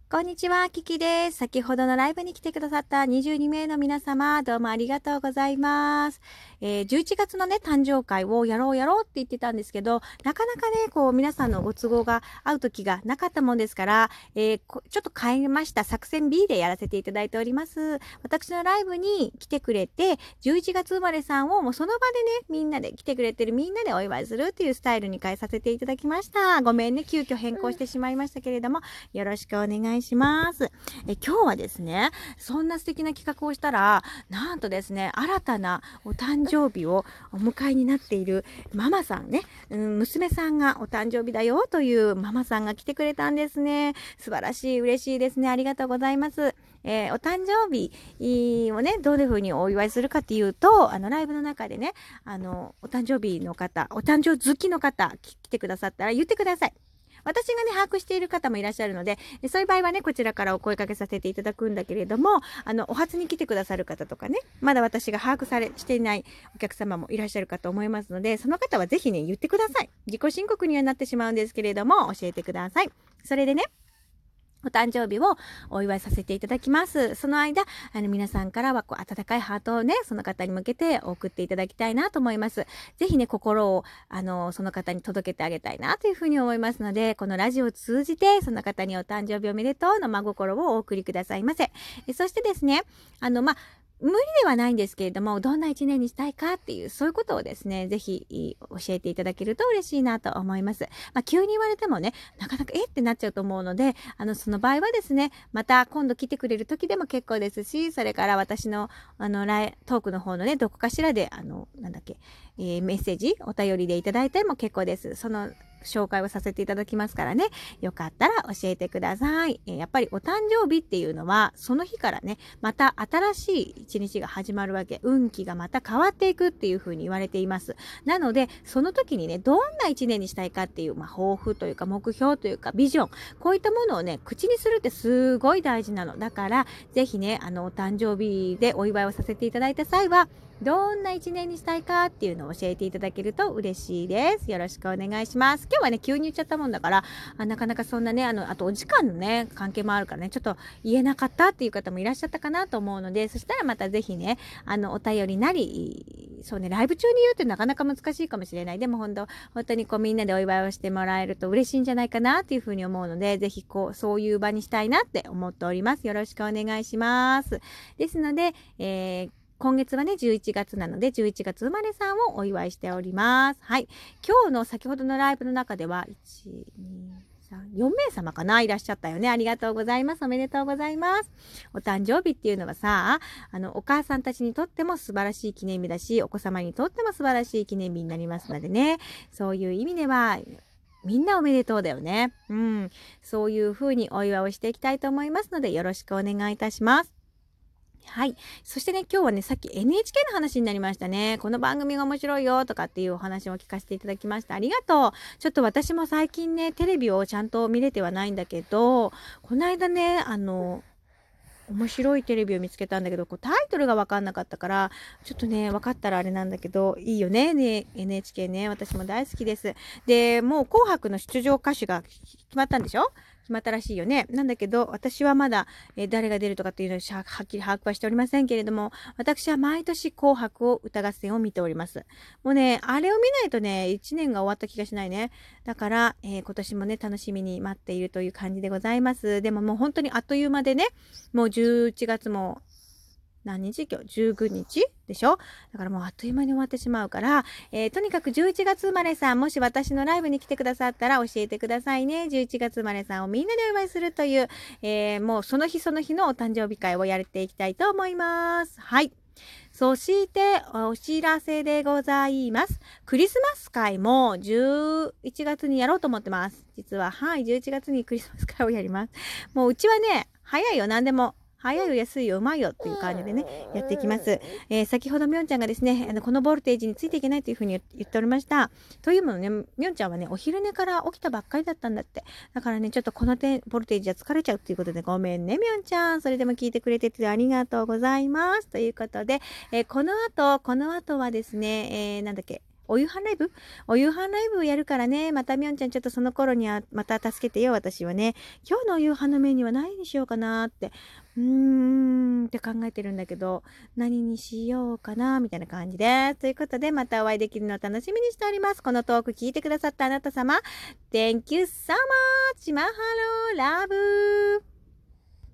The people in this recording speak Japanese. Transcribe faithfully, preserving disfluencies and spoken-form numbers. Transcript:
こんにちは、キキです。先ほどのライブに来てくださったにじゅうにめいの皆様、どうもありがとうございます。えー、じゅういちがつのね、誕生会をやろうやろうって言ってたんですけど、なかなかね、こう、皆さんのご都合が合う時がなかったもんですから、えー、こちょっと変えました。作戦 ビー でやらせていただいております。私のライブに来てくれて、じゅういちがつ生まれさんをもうその場でね、みんなで来てくれてるみんなでお祝いするっていうスタイルに変えさせていただきました。ごめんね、急遽変更してしまいましたけれども、よろしくお願いします。え今日はですね、そんな素敵な企画をしたら、なんとですね、新たなお誕生日をお迎えになっているママさんね、うん、娘さんがお誕生日だよというママさんが来てくれたんですね。素晴らしい、嬉しいですね。ありがとうございます。えー、お誕生日をね、どういうふうにお祝いするかっていうと、あの、ライブの中でね、あの、お誕生日の方、お誕生日好きの方、来てくださったら言ってください。私がね、把握している方もいらっしゃるので、そういう場合はね、こちらからお声かけさせていただくんだけれども、あの、お初に来てくださる方とかね、まだ私が把握され、していないお客様もいらっしゃるかと思いますので、その方はぜひね、言ってください。自己申告にはなってしまうんですけれども、教えてください。それでね、お誕生日をお祝いさせていただきます。その間、あの皆さんからはこう温かいハートをね、その方に向けて送っていただきたいなと思います。ぜひね、心をあのその方に届けてあげたいなというふうに思いますので、このラジオを通じてその方にお誕生日おめでとうの真心をお送りくださいませ。えそしてですね、あのまあ無理ではないんですけれども、どんな一年にしたいかっていう、そういうことをですね、ぜひ教えていただけると嬉しいなと思います。まあ、急に言われてもね、なかなかえってなっちゃうと思うので、あの、その場合はですね、また今度来てくれる時でも結構ですし、それから私の、あの、ライトークの方のね、どこかしらで、あの、なんだっけ、えー、メッセージ、お便りでいただいても結構です。その、紹介をさせていただきますからね。よかったら教えてください。えー、やっぱりお誕生日っていうのは、その日からね、また新しい一日が始まるわけ。運気がまた変わっていくっていうふうに言われています。なので、その時にね、どんな一年にしたいかっていう、まあ、抱負というか、目標というか、ビジョン。こういったものをね、口にするってすごい大事なの。だから、ぜひね、あの、お誕生日でお祝いをさせていただいた際は、どんな一年にしたいかっていうのを教えていただけると嬉しいです。よろしくお願いします。今日はね、急に言っちゃったもんだから、あなかなかそんなね、あの、あとお時間のね、関係もあるからね、ちょっと言えなかったっていう方もいらっしゃったかなと思うので、そしたらまたぜひね、あの、お便りなり、そうね、ライブ中に言うってなかなか難しいかもしれない。でも本当、本当にこうみんなでお祝いをしてもらえると嬉しいんじゃないかなっていうふうに思うので、ぜひこう、そういう場にしたいなって思っております。よろしくお願いします。ですので、えー今月はね、じゅういちがつなので、じゅういちがつ生まれさんをお祝いしております。はい。今日の先ほどのライブの中では、いち、に、さん、よんめいさまかないらっしゃったよね。ありがとうございます。おめでとうございます。お誕生日っていうのはさ、あの、お母さんたちにとっても素晴らしい記念日だし、お子様にとっても素晴らしい記念日になりますのでね。そういう意味では、みんなおめでとうだよね。うん。そういう風にお祝いをしていきたいと思いますので、よろしくお願いいたします。はい。そしてね、今日はね、さっき エヌエイチケー の話になりましたね。この番組が面白いよとかっていうお話を聞かせていただきました。ありがとう。ちょっと私も最近ね、テレビをちゃんと見れてはないんだけど、この間ね、あの、面白いテレビを見つけたんだけど、こうタイトルが分かんなかったから、ちょっとね、分かったらあれなんだけど、いいよね、ね エヌエイチケー ね。私も大好きです。で、もう紅白の出場歌手が決まったんでしょ？決まったらしいよね。なんだけど、私はまだ、えー誰が出るとかっていうのをはっきり把握はしておりませんけれども、私は毎年紅白を歌合戦を見ております。もうね、あれを見ないとね、いちねんが終わった気がしないね。だから、えー今年もね、楽しみに待っているという感じでございます。でももう本当にあっという間でね、もうじゅういちがつも何日今日じゅうくにちでしょ。だからもうあっという間に終わってしまうから、えーとにかくじゅういちがつ生まれさん、もし私のライブに来てくださったら教えてくださいね。じゅういちがつ生まれさんをみんなでお祝いするという、えーもうその日その日のお誕生日会をやっていきたいと思います。はい。そしてお知らせでございます。クリスマス会もじゅういちがつにやろうと思ってます。実は、はい、じゅういちがつにクリスマス会をやります。もううちはね、早いよ、何でも。早いよ、安いよ、うまいよっていう感じでね、やっていきます。えー先ほどみょんちゃんがですね、あのこのボルテージについていけないというふうに言っておりました。というのもね、みょんちゃんはね、お昼寝から起きたばっかりだったんだって。だからね、ちょっとこのてボルテージじゃ疲れちゃうっていうことで、ごめんね、みょんちゃん。それでも聞いてくれててありがとうございます。ということで、えーこの後、この後はですね、えーなんだっけ、 お夕飯ライブお夕飯ライブやるからね。またみょんちゃんちょっとその頃にはまた助けてよ、私はね。今日のお夕飯のメニューは何にしようかなって。うーんって考えてるんだけど、何にしようかなみたいな感じです。ということで、またお会いできるのを楽しみにしております。このトーク聞いてくださったあなた様、Thank you so much! マハローラブ